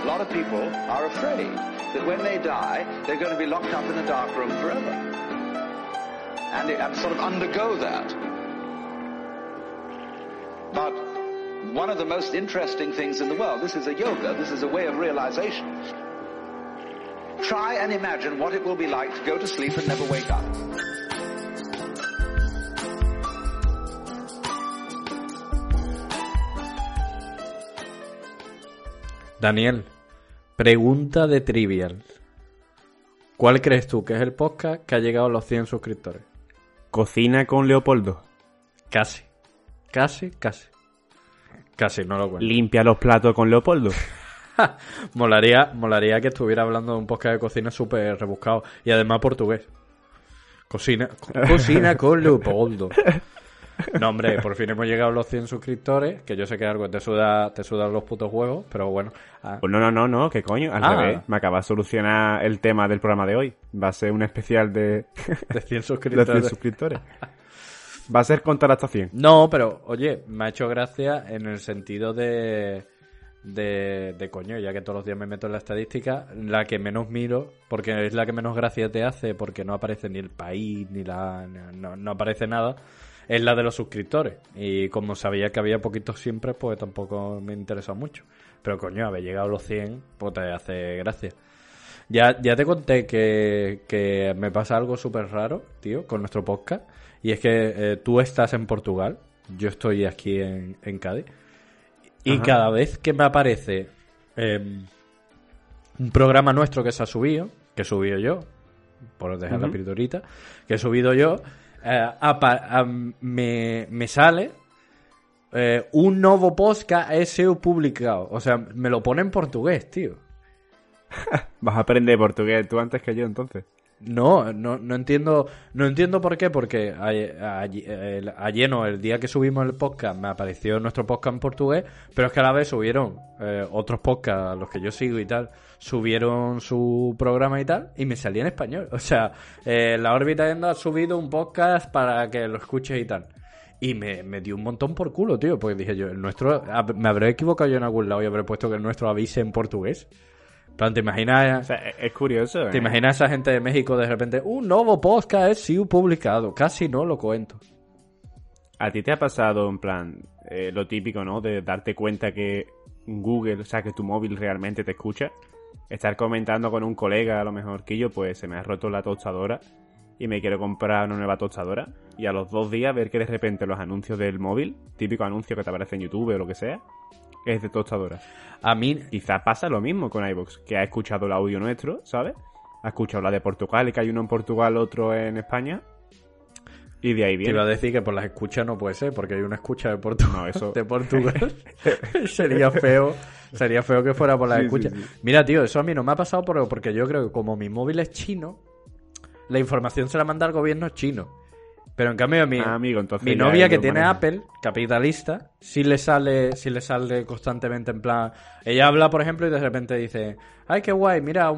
lot of people are afraid that when they die, they're going to be locked up in a dark room forever. And sort of undergo that. But one of the most interesting things in the world, this is a yoga, this is a way of realization. Try and imagine what it will be like to go to sleep and never wake up. Daniel, pregunta de Trivial. ¿Cuál crees tú que es el podcast que ha llegado a los 100 suscriptores? ¿Cocina con Leopoldo? Casi, no lo cuento. ¿Limpia los platos con Leopoldo? Molaría que estuviera hablando de un podcast de cocina súper rebuscado. Y además portugués. Cocina con Leopoldo. No, hombre, por fin hemos llegado a los 100 suscriptores. Que yo sé que algo te sudan los putos huevos. Pero bueno. Pues no, ¿qué coño? Al revés. Me acaba de solucionar el tema del programa de hoy. Va a ser un especial de 100 suscriptores. De 100 suscriptores. Va a ser contar hasta 100. No, pero, oye, me ha hecho gracia en el sentido de coño, ya que todos los días me meto en la estadística, la que menos miro, porque es la que menos gracia te hace, porque no aparece ni el país, no aparece nada, es la de los suscriptores. Y como sabía que había poquitos siempre, pues tampoco me interesa mucho. Pero coño, haber llegado a los 100, pues te hace gracia. Ya te conté que me pasa algo súper raro, tío, con nuestro podcast. Y es que tú estás en Portugal, yo estoy aquí en Cádiz. Y ajá, cada vez que me aparece un programa nuestro que se ha subido, que he subido yo, por dejar la pildorita, que he subido yo, me sale un nuevo podcast SEO publicado. O sea, me lo pone en portugués, tío. Vas a aprender portugués tú antes que yo, entonces. No entiendo por qué, porque ayer no, el día que subimos el podcast me apareció nuestro podcast en portugués, pero es que a la vez subieron otros podcasts, los que yo sigo y tal, subieron su programa y tal, y me salía en español. O sea, La órbita Endo ha subido un podcast para que lo escuches y tal. Y me dio un montón por culo, tío, porque dije yo, el nuestro, me habré equivocado yo en algún lado y habré puesto que el nuestro avise en portugués. ¿Te imaginas? O sea, es curioso, ¿eh? ¿Te imaginas a esa gente de México de repente? Un nuevo podcast es SEO publicado. Casi no lo cuento. ¿A ti te ha pasado, en plan, lo típico, ¿no? De darte cuenta que Google, o sea, que tu móvil realmente te escucha? Estar comentando con un colega, a lo mejor que yo, pues se me ha roto la tostadora y me quiero comprar una nueva tostadora. Y a los 2 días ver que de repente los anuncios del móvil, típico anuncio que te aparece en YouTube o lo que sea, es de tostadora. A mí quizás pasa lo mismo con iVoox, que ha escuchado el audio nuestro, ¿sabes? Ha escuchado la de Portugal y que hay uno en Portugal, otro en España. Y de ahí viene. Te iba a decir que por las escuchas no puede ser, porque hay una escucha de Portugal. No, eso... de Portugal. Sería feo que fuera por las escuchas. Sí. Mira, tío, eso a mí no me ha pasado porque yo creo que como mi móvil es chino, la información se la manda al gobierno chino. Pero en cambio mi novia que tiene Apple, capitalista, sí le sale constantemente en plan... Ella habla, por ejemplo, y de repente dice... ¡Ay, qué guay! Mira,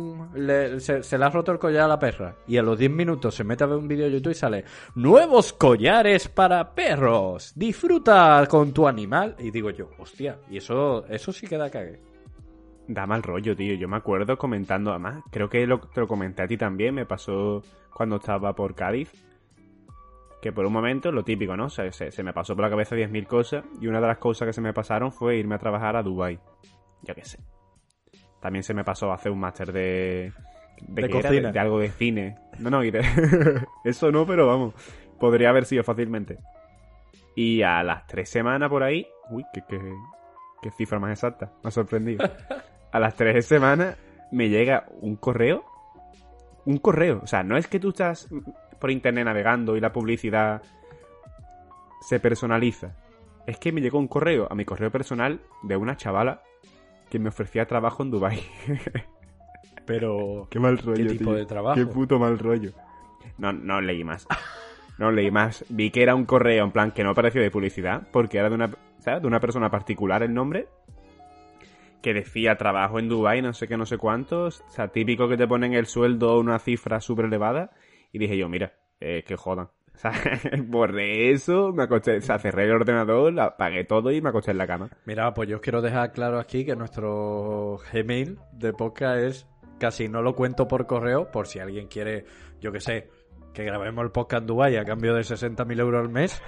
se le ha roto el collar a la perra. Y a los 10 minutos se mete a ver un vídeo de YouTube y sale... ¡Nuevos collares para perros! ¡Disfruta con tu animal! Y digo yo, hostia, y eso sí que da cague. Da mal rollo, tío. Yo me acuerdo comentando, además, creo que te lo comenté a ti también, me pasó cuando estaba por Cádiz. Que por un momento, lo típico, ¿no? Se me pasó por la cabeza 10.000 cosas. Y una de las cosas que se me pasaron fue irme a trabajar a Dubái. Yo qué sé. También se me pasó hacer un máster de cocina. De algo de cine. No, eso no, pero vamos. Podría haber sido fácilmente. Y a las 3 semanas por ahí... Uy, qué cifra más exacta. Me ha sorprendido. A las 3 semanas me llega un correo. Un correo. O sea, no es que tú estás... por internet navegando y la publicidad se personaliza. Es que me llegó un correo a mi correo personal de una chavala que me ofrecía trabajo en Dubái. Pero... Qué mal rollo, ¿qué tipo de trabajo? Qué puto mal rollo. No leí más. No leí más. Vi que era un correo en plan que no pareció de publicidad, porque era de una persona particular el nombre, que decía trabajo en Dubái, no sé qué, no sé cuántos. O sea, típico que te ponen el sueldo una cifra súper elevada. Y dije yo, mira, que jodan. O sea, borré eso, me acosté, o sea, cerré el ordenador, apagué todo y me acosté en la cama. Mira, pues yo os quiero dejar claro aquí que nuestro Gmail de podcast es casi no lo cuento por correo, por si alguien quiere, yo que sé, que grabemos el podcast en Dubái a cambio de 60.000 euros al mes.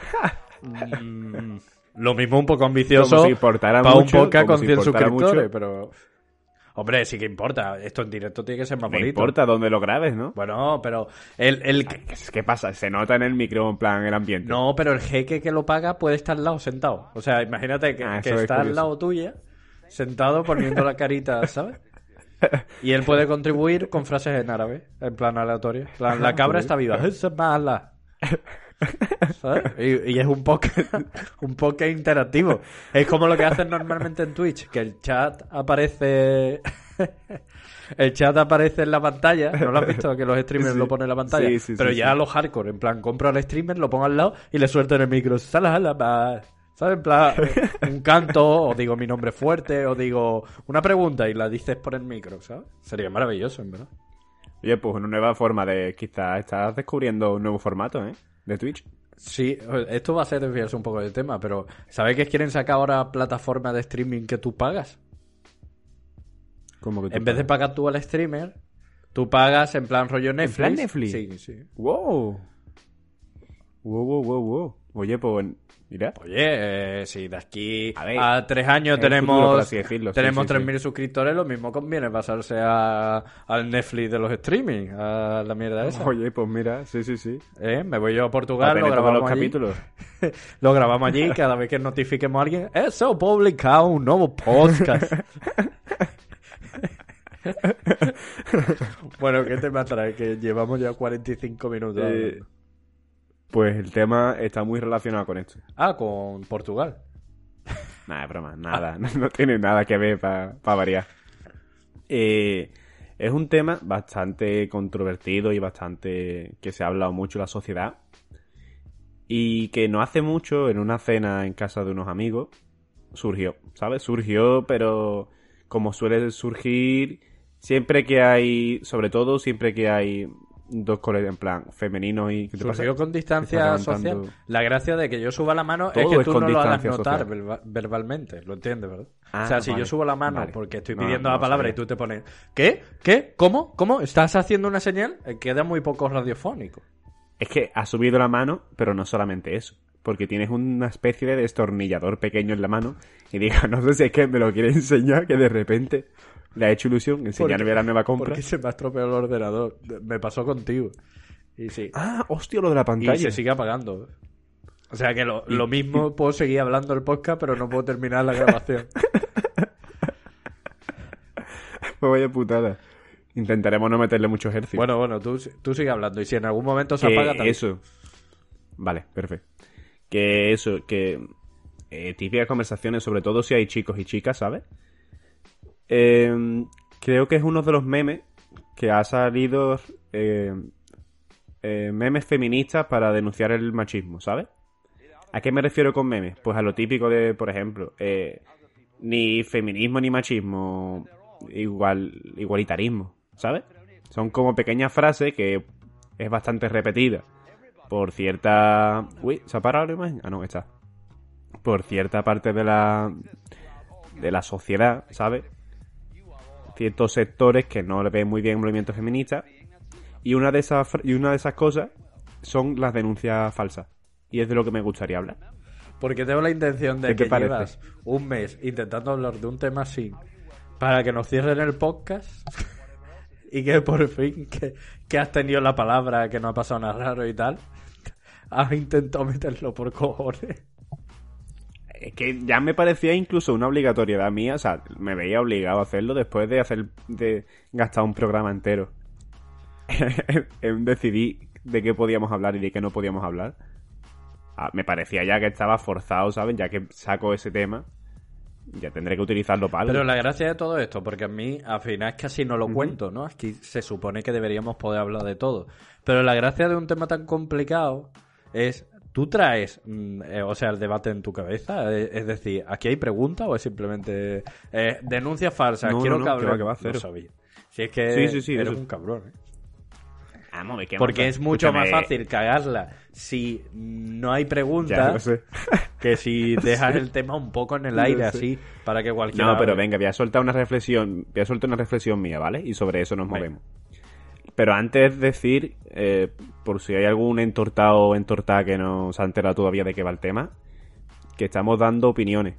Lo mismo un poco ambicioso Como si importara para mucho, un podcast como con si 100 importara suscriptores, mucho. pero... Hombre, sí que importa. Esto en directo tiene que ser más Me bonito. importa dónde lo grabes, ¿no? Bueno, pero ¿Qué pasa? Se nota en el micro, en plan, el ambiente. No, pero el jeque que lo paga puede estar al lado, sentado. O sea, imagínate que, Ah, que eso es está al curioso. lado tuya, sentado poniendo la carita, ¿sabes? Y él puede contribuir con frases en árabe, en plan aleatorio. En plan, la cabra está viva. Esa es mala. ¿Sabes? Y es un podcast interactivo. Es como lo que hacen normalmente en Twitch, que el chat aparece... El chat aparece en la pantalla. ¿No lo has visto? Que los streamers Sí. lo ponen en la pantalla. Sí, Pero sí, ya sí. los hardcore, en plan, compro al streamer, lo pongo al lado y le suelto en el micro. ¿Sabes? En plan, un canto, o digo mi nombre fuerte, o digo una pregunta y la dices por el micro, ¿sabes? Sería maravilloso, en verdad. Oye, pues una nueva forma de... Quizás estás descubriendo un nuevo formato, ¿eh? De Twitch. Sí, esto va a ser desviarse un poco del tema, pero ¿sabes que quieren sacar ahora plataformas de streaming que tú pagas? Como que tú En vez de pagar tú al streamer, tú pagas en plan rollo Netflix. plan Netflix? Sí, sí. ¡Wow! ¡Wow! Oye, pues... Mira. Oye, si de aquí A ver, a 3 años es el futuro, por tenemos así decirlo. Sí, tenemos sí, 3.000 suscriptores, lo mismo conviene pasarse al Netflix de los streaming, a la mierda esa. Oye, pues mira, sí. Me voy yo a Para Portugal, lo tener todos grabamos los allí. capítulos. Lo grabamos allí, cada vez que notifiquemos a alguien, eso, publicado un nuevo podcast. Bueno, ¿qué tema trae? Que llevamos ya 45 minutos hablando. Pues el tema está muy relacionado con esto. Ah, con Portugal. Nada, broma, nada. No tiene nada que ver para variar. Es un tema bastante controvertido y bastante que se ha hablado mucho en la sociedad. Y que no hace mucho, en una cena en casa de unos amigos, surgió, ¿sabes? Surgió, pero como suele surgir siempre que hay, sobre todo siempre que hay dos colegas en plan femeninos y... ¿qué te pasa? Surgió con distancia Está social. levantando- La gracia de que yo suba la mano es Todo que es tú con no lo hagas distancia notar social. verbalmente. ¿Lo entiendes, verdad? Ah, O sea, si vale, yo subo la mano vale. porque estoy No, pidiendo no la palabra sabía. y tú te pones ¿qué? ¿Qué? ¿Cómo? ¿Cómo? ¿Estás haciendo una señal? Queda muy poco radiofónico. Es que has subido la mano, pero no solamente eso. Porque tienes una especie de destornillador pequeño en la mano. Y digo, no sé si es que me lo quiere enseñar, que de repente le ha hecho ilusión enseñarme la nueva compra. Porque se me ha estropeado el ordenador. Me pasó contigo. Y sí. Ah, hostia, lo de la Y pantalla. se sigue apagando. O sea que lo mismo puedo seguir hablando el podcast, pero no puedo terminar la grabación. Pues vaya putada. Intentaremos no meterle mucho ejercicio. Bueno, tú sigue hablando. Y si en algún momento se que apaga, tal. eso. Vale, perfecto. Que eso, que típicas conversaciones, sobre todo si hay chicos y chicas, ¿sabes? Creo que es uno de los memes que ha salido memes feministas para denunciar el machismo, ¿sabes? ¿A qué me refiero con memes? Pues a lo típico de, por ejemplo, ni feminismo ni machismo, igualitarismo, ¿sabes? Son como pequeñas frases que es bastante repetida por cierta... Uy, ¿se ha parado la imagen? Ah, no, está. Por cierta parte de la sociedad, ¿sabes? Ciertos sectores que no le ven muy bien el movimiento feminista. Y una de esas cosas son las denuncias falsas. Y es de lo que me gustaría hablar. Porque tengo la intención de ¿Qué te que parece? llevas un mes intentando hablar de un tema así para que nos cierren el podcast y que por fin que has tenido la palabra, que no ha pasado nada raro y tal, has intentado meterlo por cojones. Es que ya me parecía incluso una obligatoriedad mía. O sea, me veía obligado a hacerlo después de gastar un programa entero en decidir de qué podíamos hablar y de qué no podíamos hablar. Me parecía ya que estaba forzado, ¿sabes? Ya que saco ese tema, ya tendré que utilizarlo para algo. Pero la gracia de todo esto, porque a mí al final es que así no lo cuento, ¿no? Aquí se supone que deberíamos poder hablar de todo. Pero la gracia de un tema tan complicado es, tú traes, o sea, el debate en tu cabeza, es decir, ¿aquí hay preguntas o es simplemente denuncias falsas? No, Quiero no, que no, hablemos. que va, No cero. sabía. Si es que Sí, eres eso. un cabrón, ¿eh? Vamos, ¿qué Porque manda? es mucho Escúchame, más fácil cagarla si no hay Ya lo preguntas sé. que si dejas el tema un poco en el Lo aire sé. así, para que cualquiera... No, pero hable. venga, voy a soltar una reflexión mía, ¿vale? Y sobre eso nos movemos. Pero antes decir, por si hay algún entortado o entortada que no se ha enterado todavía de qué va el tema, que estamos dando opiniones.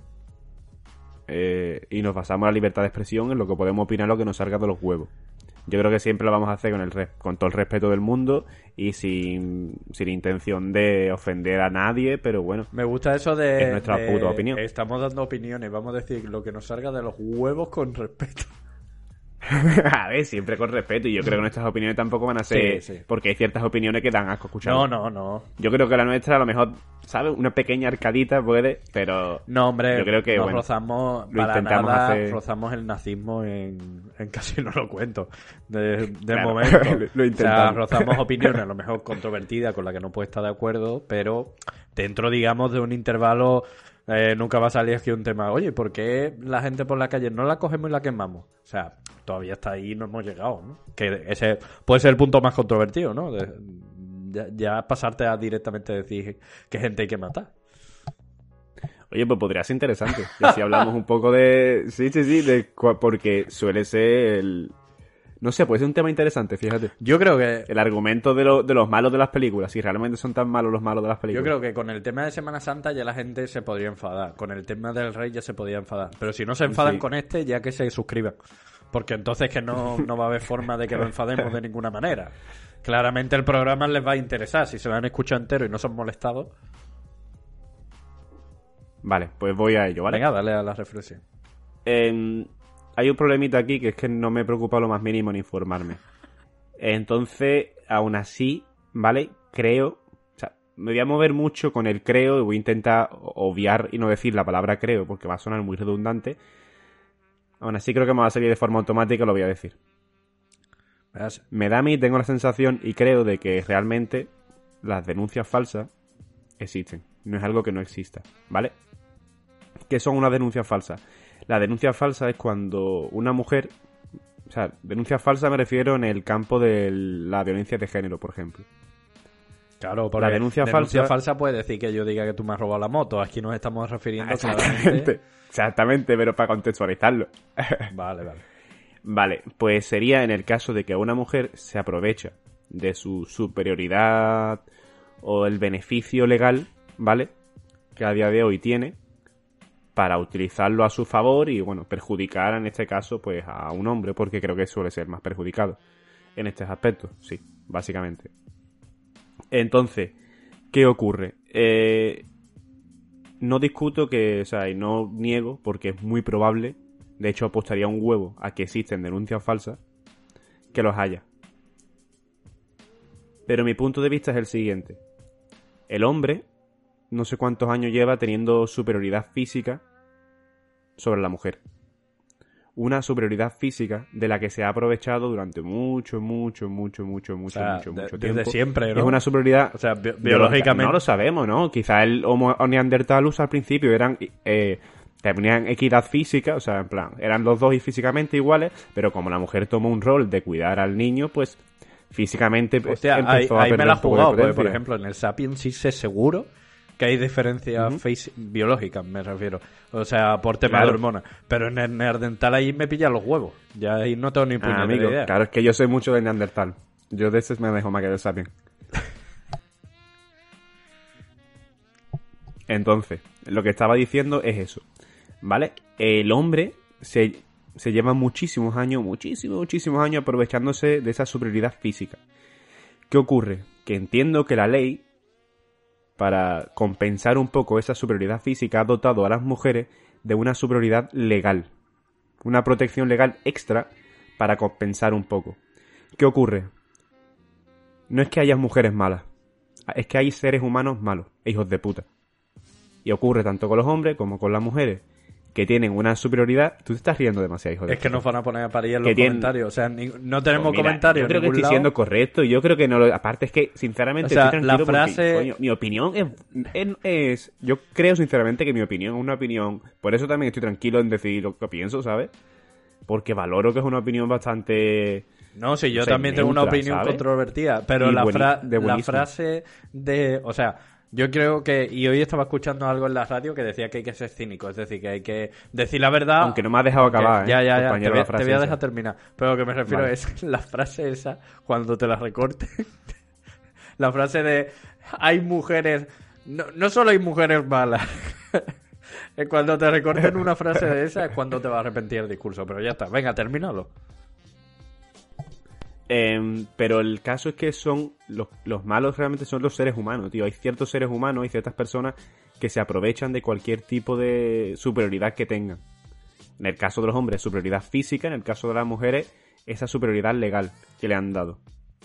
Y nos basamos en la libertad de expresión, en lo que podemos opinar, lo que nos salga de los huevos. Yo creo que siempre lo vamos a hacer con todo el respeto del mundo y sin intención de ofender a nadie, pero bueno. Me gusta eso de... Es nuestra puta opinión. Estamos dando opiniones, vamos a decir lo que nos salga de los huevos con respeto. A ver, siempre con respeto. Y yo creo que nuestras opiniones tampoco van a ser... Sí, sí. Porque hay ciertas opiniones que dan asco escuchar. No. Yo creo que la nuestra, a lo mejor, ¿sabes? Una pequeña arcadita puede, pero... No, hombre, yo creo que, nos bueno, rozamos, lo para intentamos nada, hacer- rozamos el nazismo en casi no lo cuento, de Claro, momento. lo O sea, intentamos. rozamos opiniones a lo mejor controvertidas con la que no puede estar de acuerdo, pero dentro, digamos, de un intervalo nunca va a salir aquí un tema, oye, ¿por qué la gente por la calle no la cogemos y la quemamos? O sea, todavía está ahí y no hemos llegado, ¿no? Que ese puede ser el punto más controvertido, ¿no? Ya pasarte a directamente decir que gente hay que matar. Oye, pues podría ser interesante. Y así hablamos un poco de... Sí, porque suele ser el... No sé, puede ser un tema interesante, fíjate. Yo creo que El argumento de los malos de las películas. Si realmente son tan malos los malos de las Yo películas. creo que con el tema de Semana Santa ya la gente se podría enfadar. Con el tema del Rey ya se podría enfadar. Pero si no se enfadan Sí. con este, ya que se suscriban. Porque entonces que no va a haber forma de que lo enfademos de ninguna manera. Claramente el programa les va a interesar. Si se lo han escuchado entero y no son molestados. Vale, pues voy a ello, ¿vale? Venga, dale a la reflexión. Hay un problemita aquí que es que no me preocupa lo más mínimo en informarme. Entonces, aún así, ¿vale? Creo... O sea, me voy a mover mucho con el creo y voy a intentar obviar y no decir la palabra creo porque va a sonar muy redundante. Aún así creo que me va a salir de forma automática, lo voy a decir. Verás, Me da a mí, tengo la sensación y creo de que realmente las denuncias falsas existen. No es algo que no exista, ¿vale? ¿Qué son unas denuncias falsas? La denuncia falsa es cuando una mujer... O sea, denuncia falsa me refiero en el campo de la violencia de género, por ejemplo. claro, porque La denuncia falsa puede decir que yo diga que tú me has robado la moto. Aquí nos estamos refiriendo claramente... Exactamente, pero para contextualizarlo. Vale. Vale, pues sería en el caso de que una mujer se aprovecha de su superioridad o el beneficio legal, ¿vale? Que a día de hoy tiene para utilizarlo a su favor y, bueno, perjudicar en este caso pues a un hombre, porque creo que suele ser más perjudicado en estos aspectos, sí, básicamente. Entonces, ¿qué ocurre? No discuto que, o sea, y no niego, porque es muy probable, de hecho apostaría un huevo a que existen denuncias falsas, que los haya. Pero mi punto de vista es el siguiente. El hombre, no sé cuántos años lleva teniendo superioridad física sobre la mujer. Una superioridad física de la que se ha aprovechado durante mucho Desde tiempo. siempre, ¿no? Es una superioridad... O sea, biológicamente... No lo sabemos, ¿no? Quizá el Homo neandertalus al principio tenían equidad física, o sea, en plan, eran los dos físicamente iguales, pero como la mujer tomó un rol de cuidar al niño, pues físicamente Hostia, empezó ahí a perder me la he un poco de jugado, porque potencia. por ejemplo en el Sapiens sí sé seguro que hay diferencias biológicas, me refiero. O sea, por tema Claro. de hormonas. Pero en el neandertal ahí me pillan los huevos. Ya ahí no tengo ni puñetera Amigo, idea. claro, es que yo soy mucho de Neandertal. Yo de ese me dejo más que de Sapien. Entonces, lo que estaba diciendo es eso, ¿vale? El hombre se lleva muchísimos años aprovechándose de esa superioridad física. ¿Qué ocurre? Que entiendo que la ley, para compensar un poco esa superioridad física, ha dotado a las mujeres de una superioridad legal. Una protección legal extra para compensar un poco. ¿Qué ocurre? No es que haya mujeres malas. Es que hay seres humanos malos, hijos de puta. Y ocurre tanto con los hombres como con las mujeres, que tienen una superioridad... Tú te estás riendo demasiado, hijo de Es que puta. nos van a poner a parir en los Que tienen- comentarios. O sea, no tenemos Pues mira, comentarios. yo creo que en ningún estoy lado. siendo correcto. Yo creo que no lo... Aparte es que, sinceramente, O sea, estoy tranquilo la porque, frase- coño, mi opinión es... Yo creo, sinceramente, que mi opinión es una opinión... Por eso también estoy tranquilo en decidir lo que pienso, ¿sabes? Porque valoro que es una opinión bastante... No, sí, yo no sé, también tengo una neutra, opinión ¿sabes? controvertida, pero Y la buenísima. frase de... O sea, yo creo que... Y hoy estaba escuchando algo en la radio que decía que hay que ser cínico, es decir, que hay que decir la verdad... Aunque no me has dejado acabar, Ya, compañero, la frase te voy a esa. dejar terminar. Pero lo que me refiero Vale. es la frase esa, cuando te la recorten... La frase de... Hay mujeres... No solo hay mujeres malas... Cuando te recorten una frase de esa es cuando te va a arrepentir el discurso. Pero ya está, venga, termínalo. Pero el caso es que son los malos realmente son los seres humanos, tío. Hay ciertos seres humanos, hay ciertas personas que se aprovechan de cualquier tipo de superioridad que tengan. En el caso de los hombres, superioridad física. En el caso de las mujeres, esa superioridad legal que le han dado.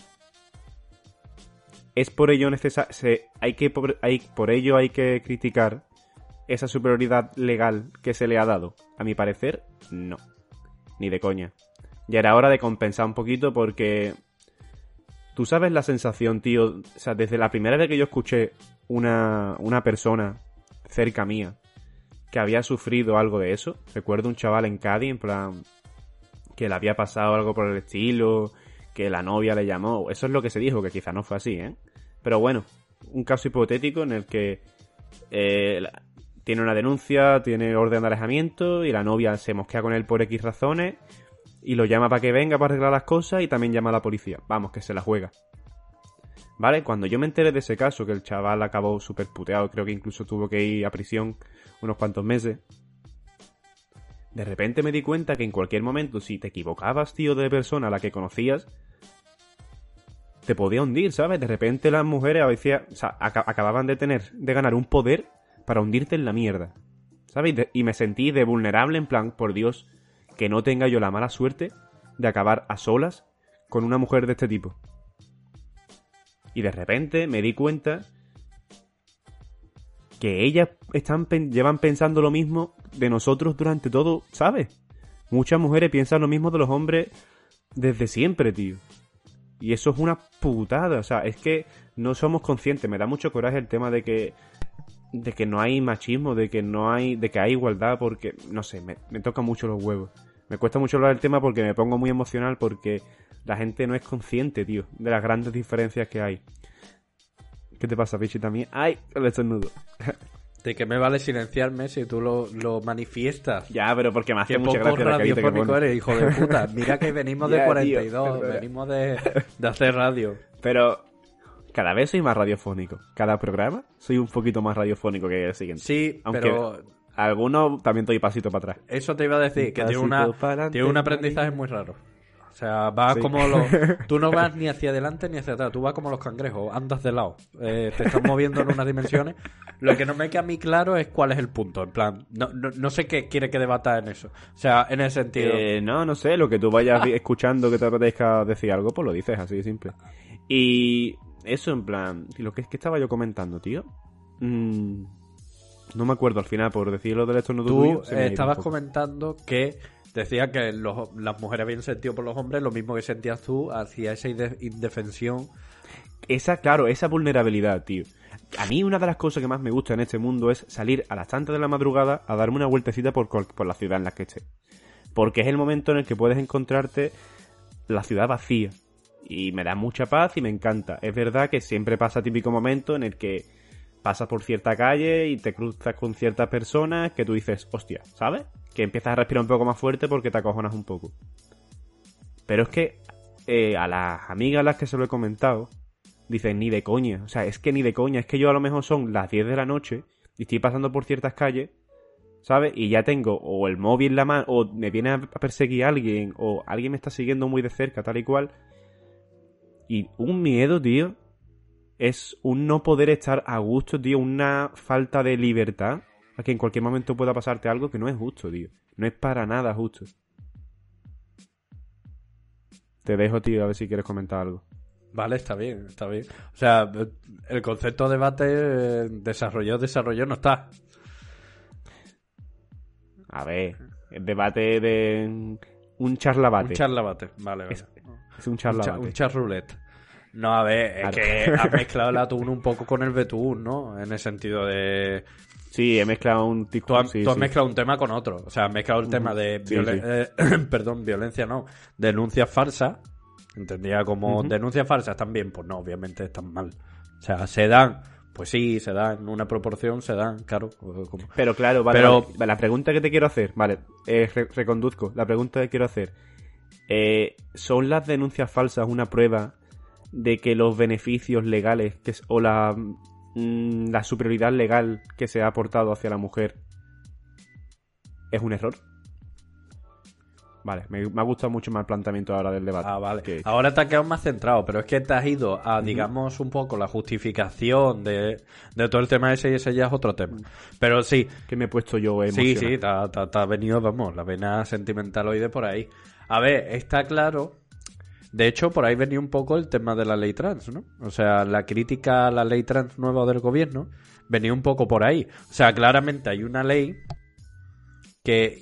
Es por ello necesario... Por ello hay que criticar esa superioridad legal que se le ha dado. A mi parecer, no. Ni de coña. Ya era hora de compensar un poquito porque... Tú sabes la sensación, tío... O sea, desde la primera vez que yo escuché una persona cerca mía que había sufrido algo de eso. Recuerdo un chaval en Cádiz, en plan... Que le había pasado algo por el estilo... Que la novia le llamó... Eso es lo que se dijo, que quizá no fue así, ¿eh? Pero bueno, un caso hipotético en el que... tiene una denuncia, tiene orden de alejamiento y la novia se mosquea con él por X razones y lo llama para que venga para arreglar las cosas y también llama a la policía. Vamos, que se la juega. ¿Vale? Cuando yo me enteré de ese caso, que el chaval acabó súper puteado, creo que incluso tuvo que ir a prisión unos cuantos meses, de repente me di cuenta que en cualquier momento, si te equivocabas, tío, de persona a la que conocías, te podía hundir, ¿sabes? De repente las mujeres a veces, o sea, acababan de ganar un poder para hundirte en la mierda, ¿sabes? Y me sentí de vulnerable, en plan, por Dios, que no tenga yo la mala suerte de acabar a solas con una mujer de este tipo. Y de repente me di cuenta que ellas llevan pensando lo mismo de nosotros durante todo, ¿sabes? Muchas mujeres piensan lo mismo de los hombres desde siempre, tío. Y eso es una putada, o sea, es que no somos conscientes. Me da mucho coraje el tema de que no hay machismo, de que hay igualdad, porque, no sé, me toca mucho los huevos. Me cuesta mucho hablar del tema porque me pongo muy emocional, porque la gente no es consciente, tío, de las grandes diferencias que hay. ¿Qué te pasa, Pichi, también? ¡Ay! El estornudo. ¿De qué me vale silenciarme si tú lo manifiestas? Ya, pero porque me hace Qué mucha poco gracia la carita que radiofónico pone. eres, hijo de puta. Mira que venimos de Ya, 42, tío, venimos de hacer radio. Pero cada vez soy más radiofónico. Cada programa soy un poquito más radiofónico que el siguiente. Sí, aunque pero algunos también doy pasito para atrás. eso te iba a decir, que tiene un aprendizaje muy raro. O sea, vas Sí. como los... Tú no vas ni hacia adelante ni hacia atrás, tú vas como los cangrejos, andas de lado. Te estás moviendo en unas dimensiones. Lo que no me queda a mí claro es cuál es el punto. En plan, no sé qué quiere que debata en eso. O sea, en ese sentido... No sé, lo que tú vayas escuchando que te apetezca decir algo, pues lo dices así de simple. Y eso, en plan, lo que es que estaba yo comentando, tío. No me acuerdo al final, por decirlo del estornudo Tú tuyo, se me ha ido estabas un poco. comentando que decía que las mujeres habían sentido por los hombres lo mismo que sentías tú hacia esa indefensión. Claro, esa vulnerabilidad, tío. A mí una de las cosas que más me gusta en este mundo es salir a las tantas de la madrugada a darme una vueltecita por la ciudad en la que esté. Porque es el momento en el que puedes encontrarte la ciudad vacía. Y me da mucha paz y me encanta. Es verdad que siempre pasa típico momento en el que pasas por cierta calle y te cruzas con ciertas personas que tú dices, hostia, ¿sabes? Que empiezas a respirar un poco más fuerte porque te acojonas un poco. Pero es que a las amigas a las que se lo he comentado, dicen, ni de coña. O sea, es que ni de coña. Es que yo a lo mejor son las 10 de la noche y estoy pasando por ciertas calles, ¿sabes? Y ya tengo o el móvil en la mano, o me viene a perseguir a alguien, o alguien me está siguiendo muy de cerca, tal y cual. Y un miedo, tío, es un no poder estar a gusto, tío, una falta de libertad, a que en cualquier momento pueda pasarte algo que no es justo, tío. No es para nada justo. Te dejo, tío, a ver si quieres comentar algo. Vale, está bien, está bien. O sea, el concepto de debate desarrolló no está. A ver, el debate de un charlabate. Un charlabate, vale. Es un charlabate. Un charroulette. No, a ver, es Claro. que has mezclado el atún un poco con el betún, ¿no? En el sentido de... Sí, he mezclado un Tú TikTok. has, tú has mezclado un tema con otro. O sea, has mezclado el tema de... Sí, perdón, violencia no. Denuncias falsas Entendía como denuncias falsas también, pues no, obviamente están mal. O sea, se dan, pues sí, se dan, en una proporción se dan, claro. Como... Pero claro, vale, la pregunta que te quiero hacer, vale, reconduzco, la pregunta que quiero hacer, ¿son las denuncias falsas una prueba de que los beneficios legales o la superioridad legal que se ha aportado hacia la mujer es un error? Vale, me ha gustado mucho más el planteamiento ahora del debate. Ah, vale. Ahora te has quedado más centrado, pero es que te has ido a, digamos, un poco la justificación de todo el tema ese, y ese ya es otro tema. Pero sí. Que me he puesto yo emocional. Sí, te ha venido, vamos, la vena sentimentaloide por ahí. A ver, está claro. De hecho, por ahí venía un poco el tema de la ley trans, ¿no? O sea, la crítica a la ley trans nueva del gobierno venía un poco por ahí. O sea, claramente hay una ley que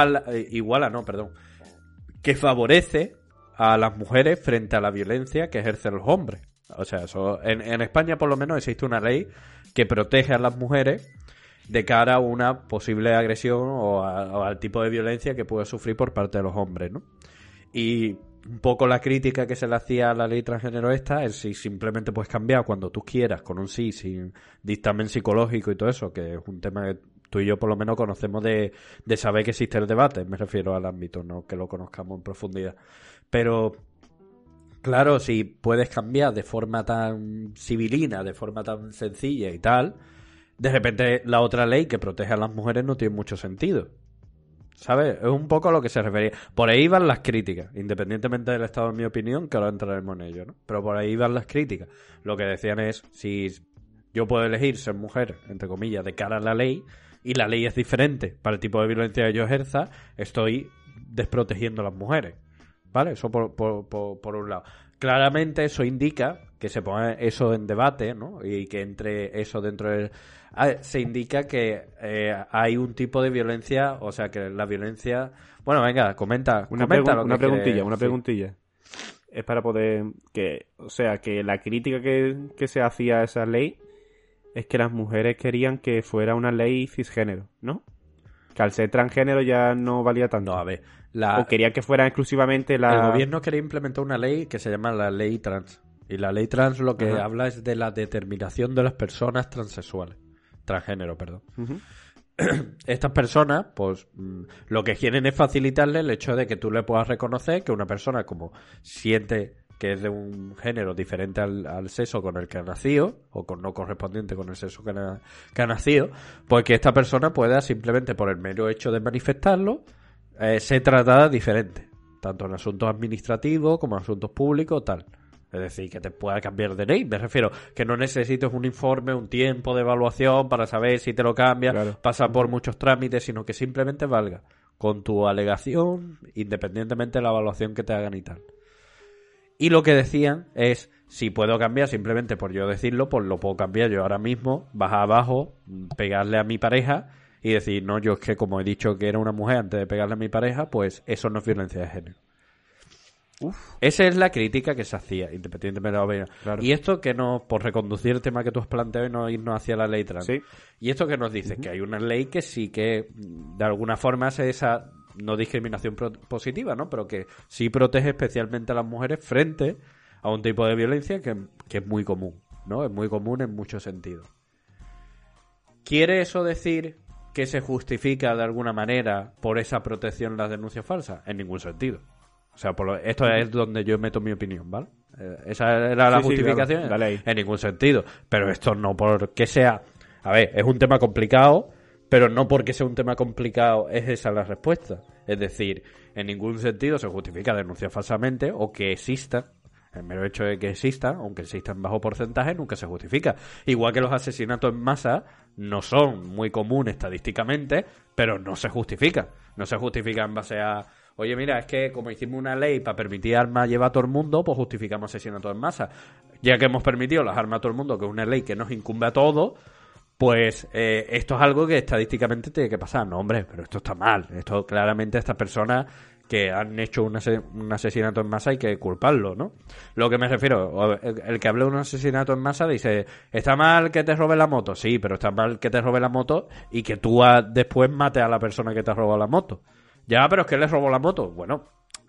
que favorece a las mujeres frente a la violencia que ejercen los hombres. O sea, eso en España por lo menos existe una ley que protege a las mujeres de cara a una posible agresión o al tipo de violencia que puede sufrir por parte de los hombres, ¿no? Y un poco la crítica que se le hacía a la ley transgénero esta es si simplemente puedes cambiar cuando tú quieras, con un sí, sin dictamen psicológico y todo eso, que es un tema que tú y yo por lo menos conocemos de saber que existe el debate, me refiero al ámbito, no que lo conozcamos en profundidad. Pero, claro, si puedes cambiar de forma tan civilina, de forma tan sencilla y tal, de repente la otra ley que protege a las mujeres no tiene mucho sentido. ¿Sabes? Es un poco a lo que se refería. Por ahí van las críticas, independientemente del estado de mi opinión, que ahora entraremos en ello, ¿no? Pero por ahí van las críticas. Lo que decían es, si yo puedo elegir ser mujer, entre comillas, de cara a la ley, y la ley es diferente para el tipo de violencia que yo ejerza, estoy desprotegiendo a las mujeres. ¿Vale? Eso por un lado. Claramente eso indica que se ponga eso en debate, ¿no? Y que entre eso dentro del... se indica que hay un tipo de violencia, o sea, que la violencia... Bueno, venga, comenta una preguntilla. Es para poder... O sea, que la crítica que se hacía a esa ley es que las mujeres querían que fuera una ley cisgénero, ¿no? Que al ser transgénero ya no valía tanto. No, a ver... O querían que fuera exclusivamente la... El gobierno quería implementar una ley que se llama la ley trans. Y la ley trans lo que habla es de la determinación de las personas transexuales. Transgénero, perdón. Estas personas, pues, lo que quieren es facilitarle el hecho de que tú le puedas reconocer que una persona como siente que es de un género diferente al sexo con el que ha nacido, o con no correspondiente con el sexo que ha nacido, pues que esta persona pueda simplemente por el mero hecho de manifestarlo, ser tratada diferente, tanto en asuntos administrativos como en asuntos públicos, tal. Es decir, que te pueda cambiar de ley. Me refiero que no necesites un informe, un tiempo de evaluación para saber si te lo cambia, claro. Pasa por muchos trámites, sino que simplemente valga con tu alegación, independientemente de la evaluación que te hagan y tal. Y lo que decían es, si puedo cambiar simplemente por yo decirlo, pues lo puedo cambiar yo ahora mismo, bajar abajo, pegarle a mi pareja y decir, no, yo es que como he dicho que era una mujer antes de pegarle a mi pareja, pues eso no es violencia de género. Esa es la crítica que se hacía, independientemente de la opinión. Claro. Y esto que nos, por reconducir el tema que tú has planteado y no irnos hacia la ley trans. Sí. Y esto que nos dice que hay una ley que sí que de alguna forma hace esa no discriminación positiva, ¿no? Pero que sí protege especialmente a las mujeres frente a un tipo de violencia que es muy común, ¿no? Es muy común en muchos sentidos. ¿Quiere eso decir que se justifica de alguna manera por esa protección las denuncias falsas? En ningún sentido. O sea, esto es donde yo meto mi opinión, ¿vale? Esa era la justificación. Claro, en ningún sentido. Pero esto no porque sea... A ver, es un tema complicado, pero no porque sea un tema complicado es esa la respuesta. Es decir, en ningún sentido se justifica denunciar falsamente o que existan. El mero hecho de que existan, aunque existan bajo porcentaje, nunca se justifica. Igual que los asesinatos en masa no son muy comunes estadísticamente, pero no se justifica. No se justifica en base a... Oye, mira, es que como hicimos una ley para permitir armas llevar a todo el mundo, pues justificamos asesinatos en masa. Ya que hemos permitido las armas a todo el mundo, que es una ley que nos incumbe a todos, pues esto es algo que estadísticamente tiene que pasar. No, hombre, pero esto está mal. Esto claramente estas personas que han hecho un asesinato en masa hay que culparlo, ¿no? Lo que me refiero, el que hable de un asesinato en masa dice, ¿está mal que te robe la moto? Sí, pero está mal que te robe la moto y que tú después mates a la persona que te ha robado la moto. Ya, pero es que le robó la moto. Bueno,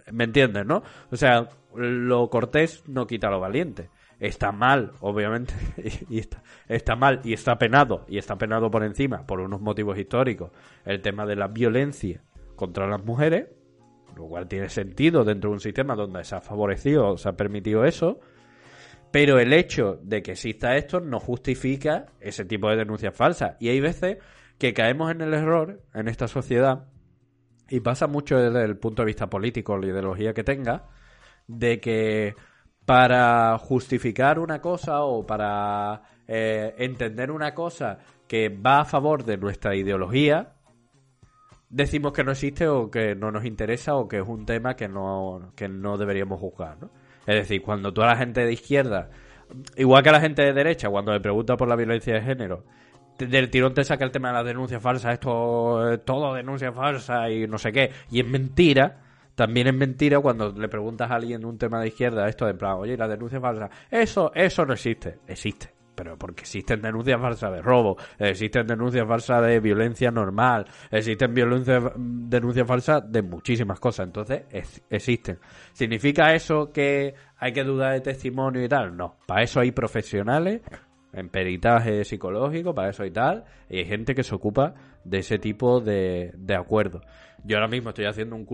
¿Me entiendes, no? O sea, lo cortés no quita lo valiente. Está mal, obviamente, y está mal y está penado por encima por unos motivos históricos el tema de la violencia contra las mujeres, lo cual tiene sentido dentro de un sistema donde se ha favorecido, se ha permitido eso, pero el hecho de que exista esto no justifica ese tipo de denuncias falsas. Y hay veces que caemos en el error en esta sociedad, y pasa mucho desde el punto de vista político, la ideología que tenga, de que para justificar una cosa o para entender una cosa que va a favor de nuestra ideología, decimos que no existe o que no nos interesa o que es un tema que no deberíamos juzgar, ¿no? Es decir, cuando toda la gente de izquierda, igual que la gente de derecha, cuando le pregunta por la violencia de género, del tirón te saca el tema de las denuncias falsas, esto es todo denuncia falsa y no sé qué, y es mentira. También es mentira cuando le preguntas a alguien un tema de izquierda, esto de plan, oye, la denuncia falsa, eso no existe. Existe, pero porque existen denuncias falsas de robo, existen denuncias falsas de violencia normal, existen denuncias falsas de muchísimas cosas, entonces existen. ¿Significa eso que hay que dudar de testimonio y tal? No, para eso hay profesionales en peritaje psicológico, para eso y tal, y hay gente que se ocupa de ese tipo de acuerdos. Yo ahora mismo estoy haciendo un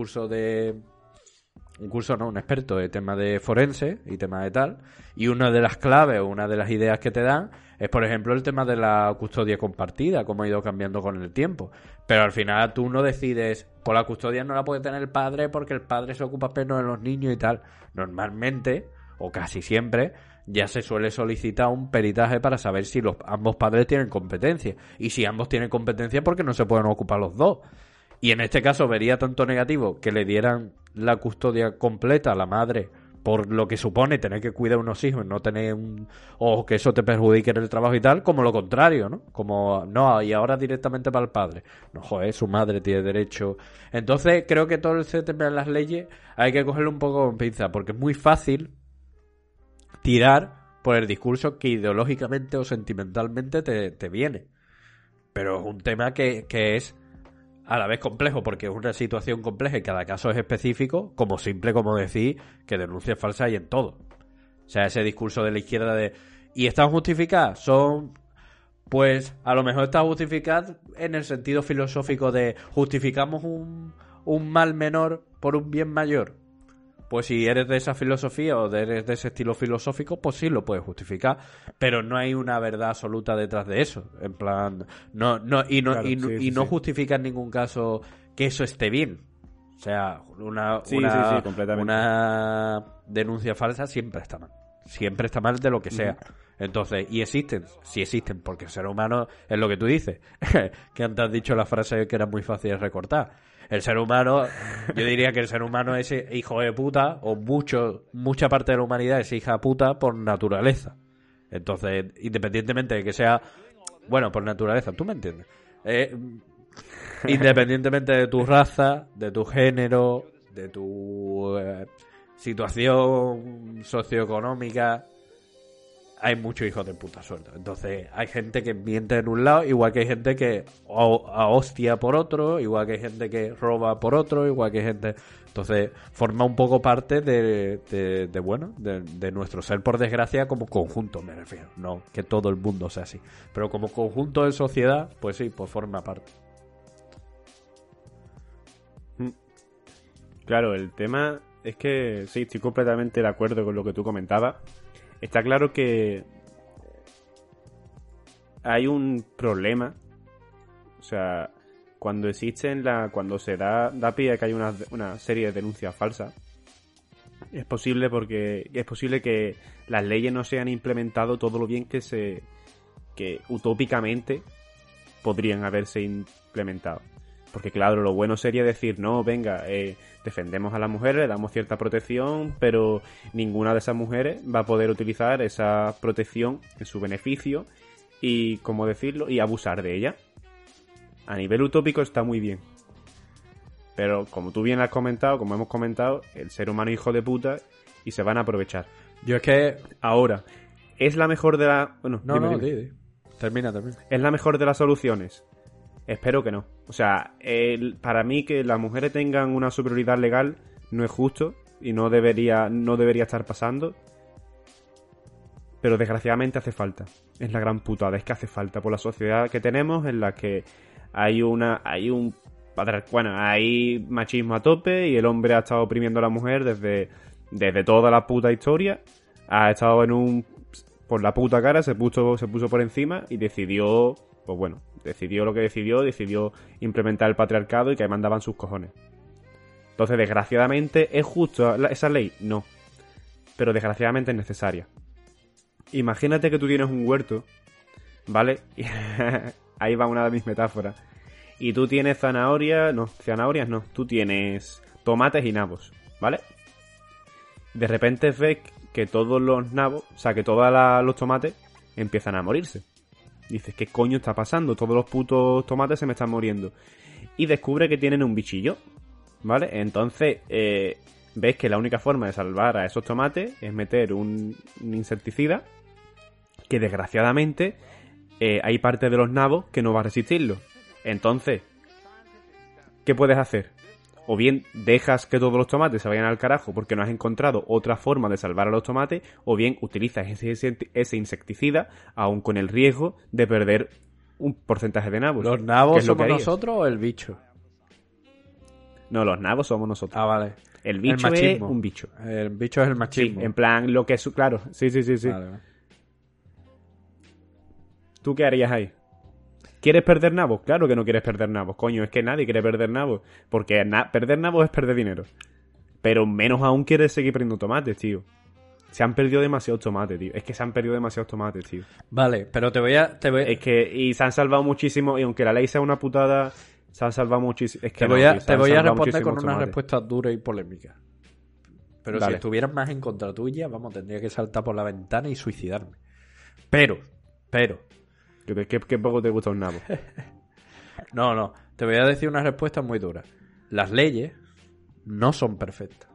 experto de tema de forense y tema de tal, y una de las claves o una de las ideas que te dan es, por ejemplo, el tema de la custodia compartida, cómo ha ido cambiando con el tiempo. Pero al final tú no decides, por la custodia no la puede tener el padre porque el padre se ocupa menos de los niños y tal. Normalmente, o casi siempre, ya se suele solicitar un peritaje para saber si ambos padres tienen competencia. Y si ambos tienen competencia, ¿por qué no se pueden ocupar los dos? Y en este caso vería tanto negativo que le dieran la custodia completa a la madre por lo que supone tener que cuidar unos hijos, no tener o que eso te perjudique en el trabajo y tal, como lo contrario, ¿no? Como, no, y ahora directamente para el padre. No, joder, su madre tiene derecho. Entonces creo que todo ese tema de las leyes hay que cogerlo un poco con pinza, porque es muy fácil tirar por el discurso que ideológicamente o sentimentalmente te viene. Pero es un tema que es a la vez complejo, porque es una situación compleja y cada caso es específico, como simple como decir que denuncias falsas hay en todo. O sea, ese discurso de la izquierda de ¿y están justificadas? Son, pues, a lo mejor está justificado en el sentido filosófico de justificamos un mal menor por un bien mayor. Pues si eres de esa filosofía o eres de ese estilo filosófico, pues sí lo puedes justificar, pero no hay una verdad absoluta detrás de eso. En plan, no justifica en ningún caso que eso esté bien. O sea, una denuncia falsa siempre está mal. Siempre está mal de lo que sea. Entonces, y existen, sí existen, porque el ser humano es lo que tú dices. Que antes has dicho la frase que era muy fácil de recortar. El ser humano, yo diría que el ser humano es hijo de puta, o mucha parte de la humanidad es hija de puta por naturaleza. Entonces, independientemente de que sea, bueno, por naturaleza, ¿tú me entiendes? Independientemente de tu raza, de tu género, de tu situación socioeconómica, hay muchos hijos de puta sueltos. Entonces hay gente que miente en un lado, igual que hay gente que a hostia por otro, igual que hay gente que roba por otro, igual que hay gente... Entonces forma un poco parte de nuestro ser, por desgracia, como conjunto, me refiero. No que todo el mundo sea así, pero como conjunto de sociedad, pues sí, pues forma parte. Claro, el tema es que sí, estoy completamente de acuerdo con lo que tú comentabas. Está claro que hay un problema, o sea, cuando se da pie a que hay una serie de denuncias falsas, es posible que las leyes no se han implementado todo lo bien que utópicamente podrían haberse implementado. Porque claro, lo bueno sería decir, no, venga, defendemos a las mujeres, le damos cierta protección, pero ninguna de esas mujeres va a poder utilizar esa protección en su beneficio y, ¿cómo decirlo?, y abusar de ella. A nivel utópico está muy bien. Pero como tú bien has comentado, como hemos comentado, el ser humano es hijo de puta y se van a aprovechar. Yo es que... Ahora, ¿es la mejor de las... Bueno, dime. Termina. ¿Es la mejor de las soluciones? Espero que no. O sea, para mí que las mujeres tengan una superioridad legal no es justo y no debería estar pasando. Pero desgraciadamente hace falta. Es la gran putada, es que hace falta por la sociedad que tenemos en la que hay machismo a tope y el hombre ha estado oprimiendo a la mujer desde toda la puta historia. Ha estado por la puta cara, se puso por encima y decidió lo que decidió implementar el patriarcado y que mandaban sus cojones. Entonces, desgraciadamente, ¿es justo esa ley? No. Pero desgraciadamente es necesaria. Imagínate que tú tienes un huerto, ¿vale? Ahí va una de mis metáforas. Y tú tienes zanahorias no. Tú tienes tomates y nabos, ¿vale? De repente ves que todos los nabos, o sea, que todos los tomates empiezan a morirse. Dices, ¿qué coño está pasando? Todos los putos tomates se me están muriendo. Y descubre que tienen un bichillo, ¿vale? Entonces, ves que la única forma de salvar a esos tomates es meter un insecticida que desgraciadamente hay parte de los nabos que no va a resistirlo. Entonces, ¿qué puedes hacer? O bien dejas que todos los tomates se vayan al carajo porque no has encontrado otra forma de salvar a los tomates, o bien utilizas ese insecticida aún con el riesgo de perder un porcentaje de nabos. ¿Los nabos somos nosotros o el bicho? No, los nabos somos nosotros. Ah, vale. El bicho es un bicho. El bicho es el machismo. Sí, en plan, lo que es... Claro, sí. Vale. ¿Tú qué harías ahí? ¿Quieres perder nabos? Claro que no quieres perder nabos, coño. Es que nadie quiere perder nabos. Porque perder nabos es perder dinero. Pero menos aún quieres seguir perdiendo tomates, tío. Se han perdido demasiados tomates, tío. Es que se han perdido demasiados tomates, tío. Vale, pero te voy a... Es que... Y se han salvado muchísimo. Y aunque la ley sea una putada... Se han salvado muchísimo. Es que te voy a responder con una respuesta dura y polémica. Pero Dale. Si estuvieras más en contra tuya, tendría que saltar por la ventana y suicidarme. Pero... ¿Qué poco te gusta un nabo? No. Te voy a decir una respuesta muy dura. Las leyes no son perfectas.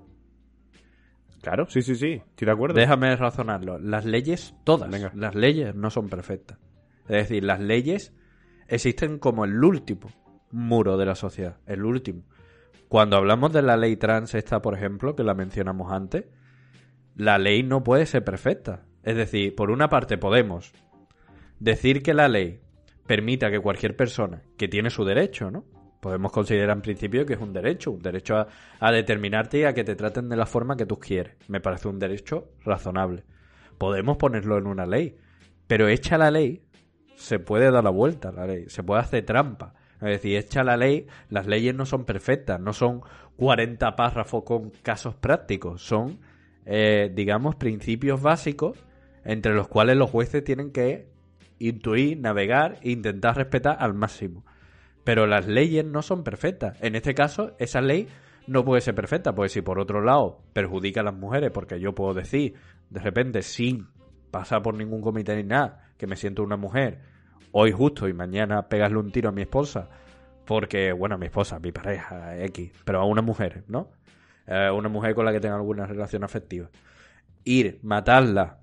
Claro, sí. Estoy de acuerdo. Déjame razonarlo. Las leyes, todas, Venga. las leyes no son perfectas. Es decir, las leyes existen como el último muro de la sociedad. El último. Cuando hablamos de la ley trans esta, por ejemplo, que la mencionamos antes, la ley no puede ser perfecta. Es decir, por una parte podemos decir que la ley permita que cualquier persona que tiene su derecho, ¿no? Podemos considerar en principio que es un derecho a determinarte y a que te traten de la forma que tú quieres. Me parece un derecho razonable. Podemos ponerlo en una ley, pero hecha la ley, se puede dar la vuelta a la ley, se puede hacer trampa. Es decir, hecha la ley, las leyes no son perfectas, no son 40 párrafos con casos prácticos, son, digamos, principios básicos entre los cuales los jueces tienen que intuir, navegar e intentar respetar al máximo. Pero las leyes no son perfectas. En este caso, esa ley no puede ser perfecta, porque si por otro lado perjudica a las mujeres, porque yo puedo decir, de repente, sin pasar por ningún comité ni nada, que me siento una mujer, hoy justo y mañana pegarle un tiro a mi esposa, porque, bueno, mi esposa, mi pareja, X, pero a una mujer, ¿no? Una mujer con la que tenga alguna relación afectiva. Ir, matarla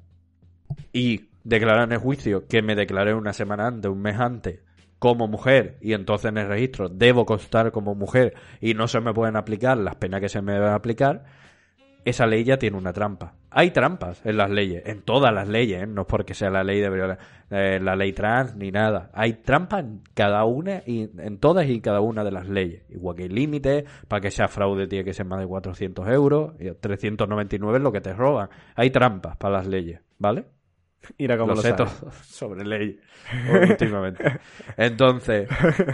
y declarar en el juicio que me declaré una semana antes, un mes antes, como mujer, y entonces en el registro debo constar como mujer y no se me pueden aplicar las penas que se me deben aplicar, esa ley ya tiene una trampa. Hay trampas en las leyes, en todas las leyes, ¿eh? No es porque sea la ley la ley trans ni nada. Hay trampas en cada una y en todas y cada una de las leyes. Igual que hay límites, para que sea fraude tiene que ser más de 400 euros, y 399 es lo que te roban. Hay trampas para las leyes, ¿vale? Mira cómo lo sé sabes. todo sobre ley últimamente. Entonces,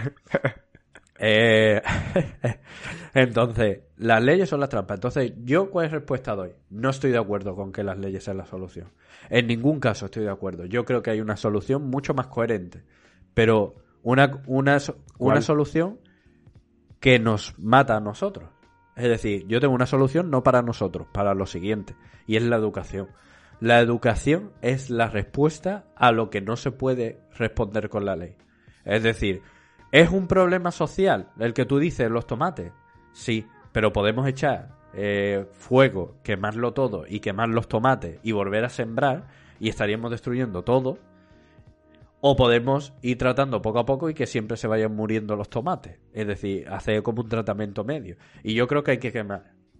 las leyes son las trampas. Entonces, ¿yo cuál respuesta doy? No estoy de acuerdo con que las leyes sean la solución. En ningún caso estoy de acuerdo. Yo creo que hay una solución mucho más coherente. Pero una solución que nos mata a nosotros. Es decir, yo tengo una solución no para nosotros, para lo siguiente. Y es la educación. La educación es la respuesta a lo que no se puede responder con la ley. Es decir, ¿es un problema social el que tú dices los tomates? Sí, pero podemos echar fuego, quemarlo todo y quemar los tomates y volver a sembrar y estaríamos destruyendo todo. O podemos ir tratando poco a poco y que siempre se vayan muriendo los tomates. Es decir, hacer como un tratamiento medio. Y yo creo que hay que quemar.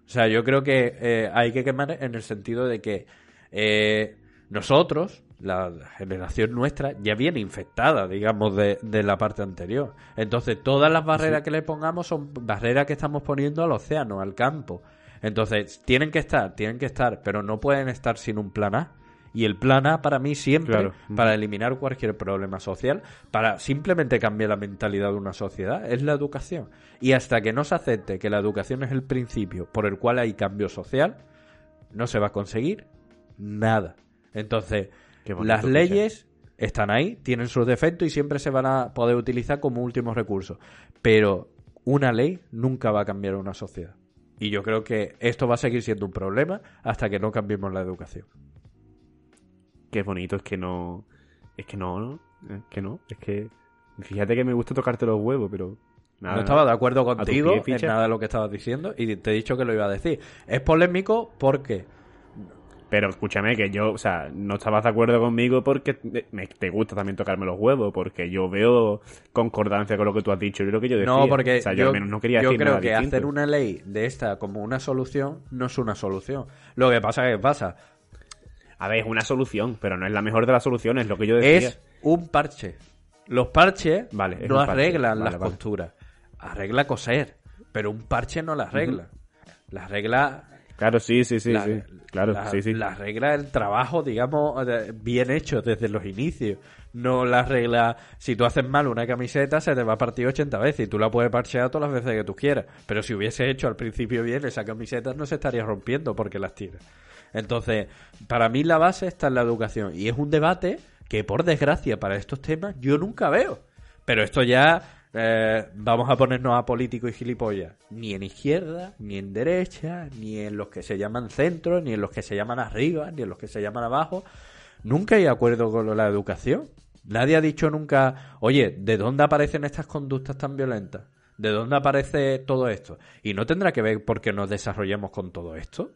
O sea, yo creo que hay que quemar en el sentido de que nosotros, la generación nuestra, ya viene infectada, digamos, de la parte anterior. Entonces, todas las barreras que le pongamos son barreras que estamos poniendo al océano, al campo. Entonces, tienen que estar, pero no pueden estar sin un plan A. Y el plan A para mí siempre, para eliminar cualquier problema social, para simplemente cambiar la mentalidad de una sociedad, es la educación. Y hasta que no se acepte que la educación es el principio por el cual hay cambio social, no se va a conseguir nada. Entonces, las leyes están ahí, tienen sus defectos y siempre se van a poder utilizar como último recurso. Pero una ley nunca va a cambiar una sociedad. Y yo creo que esto va a seguir siendo un problema hasta que no cambiemos la educación. Qué bonito, es que no, ¿no? Fíjate que me gusta tocarte los huevos, pero nada. No estaba de acuerdo contigo en nada de lo que estabas diciendo y te he dicho que lo iba a decir. Es polémico porque... Pero escúchame, que yo, o sea, no estabas de acuerdo conmigo porque te gusta también tocarme los huevos, porque yo veo concordancia con lo que tú has dicho y lo que yo decía. No, porque o sea, yo al menos no quería decir creo nada que distinto. hacer una ley de esta como una solución no es una solución. Lo que pasa es que pasa... A ver, es una solución, pero no es la mejor de las soluciones, lo que yo decía. Es un parche. Los parches no arreglan las Vale. costuras. Arregla coser, pero un parche no la arregla. La arregla... Claro, sí. Claro, sí. La arregla el trabajo, digamos, bien hecho desde los inicios. No la arregla... Si tú haces mal una camiseta, se te va a partir 80 veces y tú la puedes parchear todas las veces que tú quieras. Pero si hubiese hecho al principio bien, esa camiseta no se estaría rompiendo porque las tiras. Entonces, para mí la base está en la educación. Y es un debate que, por desgracia, para estos temas, yo nunca veo. Pero esto ya... vamos a ponernos a políticos y gilipollas. Ni en izquierda, ni en derecha, ni en los que se llaman centro, ni en los que se llaman arriba, ni en los que se llaman abajo. Nunca hay acuerdo con la educación. Nadie ha dicho nunca, oye, ¿de dónde aparecen estas conductas tan violentas? ¿De dónde aparece todo esto? ¿Y no tendrá que ver porque nos desarrollemos con todo esto?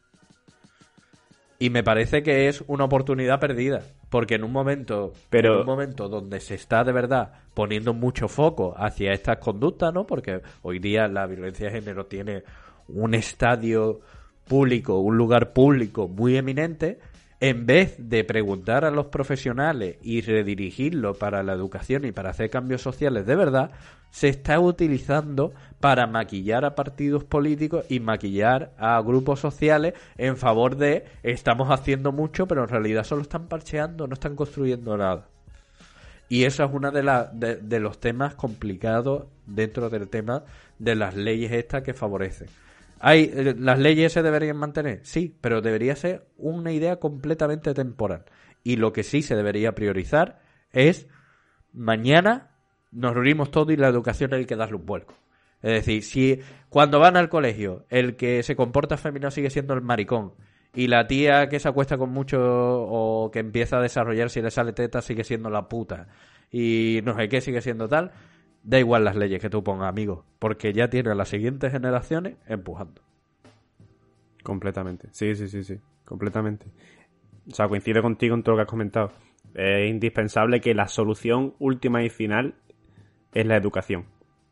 Y me parece que es una oportunidad perdida, porque en un momento donde se está de verdad poniendo mucho foco hacia estas conductas, ¿no? Porque hoy día la violencia de género tiene un estadio público, un lugar público muy eminente, en vez de preguntar a los profesionales y redirigirlo para la educación y para hacer cambios sociales de verdad, se está utilizando para maquillar a partidos políticos y maquillar a grupos sociales en favor de estamos haciendo mucho, pero en realidad solo están parcheando, no están construyendo nada. Y eso es uno de los temas complicados dentro del tema de las leyes estas que favorecen. ¿Las leyes se deberían mantener? Sí, pero debería ser una idea completamente temporal. Y lo que sí se debería priorizar es mañana nos reunimos todos y la educación hay que darle un vuelco. Es decir, si cuando van al colegio el que se comporta femenino sigue siendo el maricón y la tía que se acuesta con mucho o que empieza a desarrollarse y le sale teta sigue siendo la puta y no sé qué sigue siendo tal, da igual las leyes que tú pongas, amigo, porque ya tiene a las siguientes generaciones empujando. Completamente, sí, completamente. O sea, coincido contigo en todo lo que has comentado. Es indispensable que la solución última y final es la educación.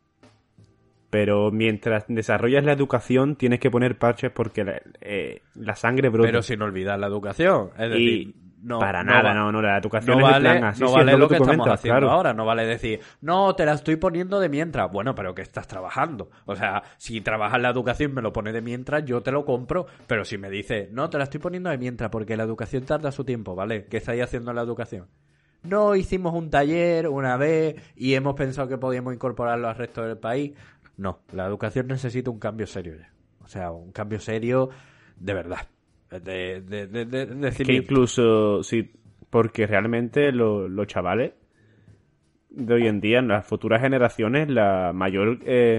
Pero mientras desarrollas la educación tienes que poner parches porque la sangre brota. Pero sin olvidar la educación. Es decir, la educación no es vale, el plan. Así no sí, vale es lo que tú estamos comentas, haciendo claro. ahora. No vale decir, no, te la estoy poniendo de mientras. Bueno, pero que estás trabajando. O sea, si trabajas la educación y me lo pones de mientras, yo te lo compro. Pero si me dices, no, te la estoy poniendo de mientras porque la educación tarda su tiempo, ¿vale? ¿Qué estáis haciendo en la educación? No, hicimos un taller una vez y hemos pensado que podíamos incorporarlo al resto del país. No, la educación necesita un cambio serio ya. O sea, un cambio serio de verdad. Que incluso, sí, porque realmente los chavales de hoy en día, en las futuras generaciones, el mayor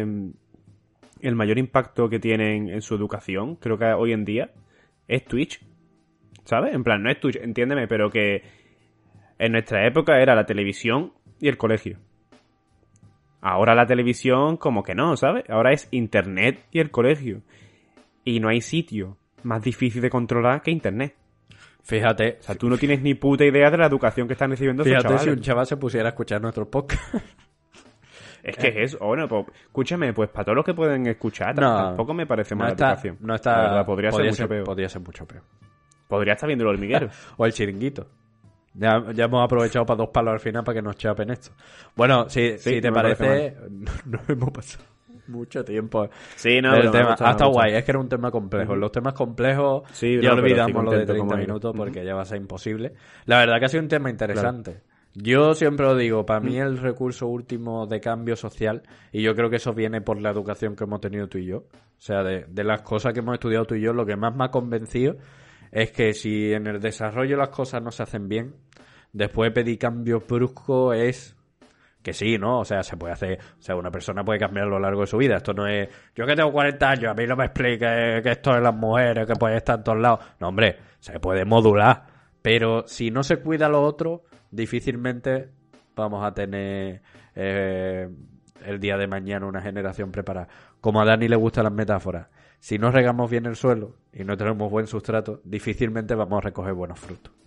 impacto que tienen en su educación, creo que hoy en día, es Twitch. ¿Sabes? En plan, no es Twitch, entiéndeme, pero que en nuestra época era la televisión y el colegio. Ahora la televisión como que no, ¿sabes? Ahora es internet y el colegio. Y no hay sitio más difícil de controlar que internet. Fíjate. O sea, tú no tienes ni puta idea de la educación que están recibiendo esos chavales. Si un chaval se pusiera a escuchar nuestros podcasts. Es que es eso. Bueno, pues, escúchame, pues para todos los que pueden escuchar, tampoco me parece mala educación. No está. La verdad, podría ser mucho peor. Podría ser mucho peor. Podría estar viendo el hormiguero. O el chiringuito. Ya hemos aprovechado para 2 palos al final para que nos chapen esto. Bueno, si te parece, no hemos pasado mucho tiempo. Sí, no, el tema. Gusta, hasta guay, es que era un tema complejo. Los temas complejos ya olvidamos lo de 30 minutos porque ya va a ser imposible. La verdad que ha sido un tema interesante. Claro. Yo siempre lo digo, para mí el recurso último de cambio social, y yo creo que eso viene por la educación que hemos tenido tú y yo, o sea, de las cosas que hemos estudiado tú y yo, lo que más me ha convencido es que si en el desarrollo las cosas no se hacen bien, después pedir cambios bruscos es que sí, ¿no? O sea, se puede hacer, o sea, una persona puede cambiar a lo largo de su vida. Esto no es, yo que tengo 40 años, a mí no me explique que esto es las mujeres, que puede estar en todos lados. No, hombre, se puede modular, pero si no se cuida lo otro, difícilmente vamos a tener el día de mañana una generación preparada. Como a Dani le gustan las metáforas, si no regamos bien el suelo y no tenemos buen sustrato, difícilmente vamos a recoger buenos frutos.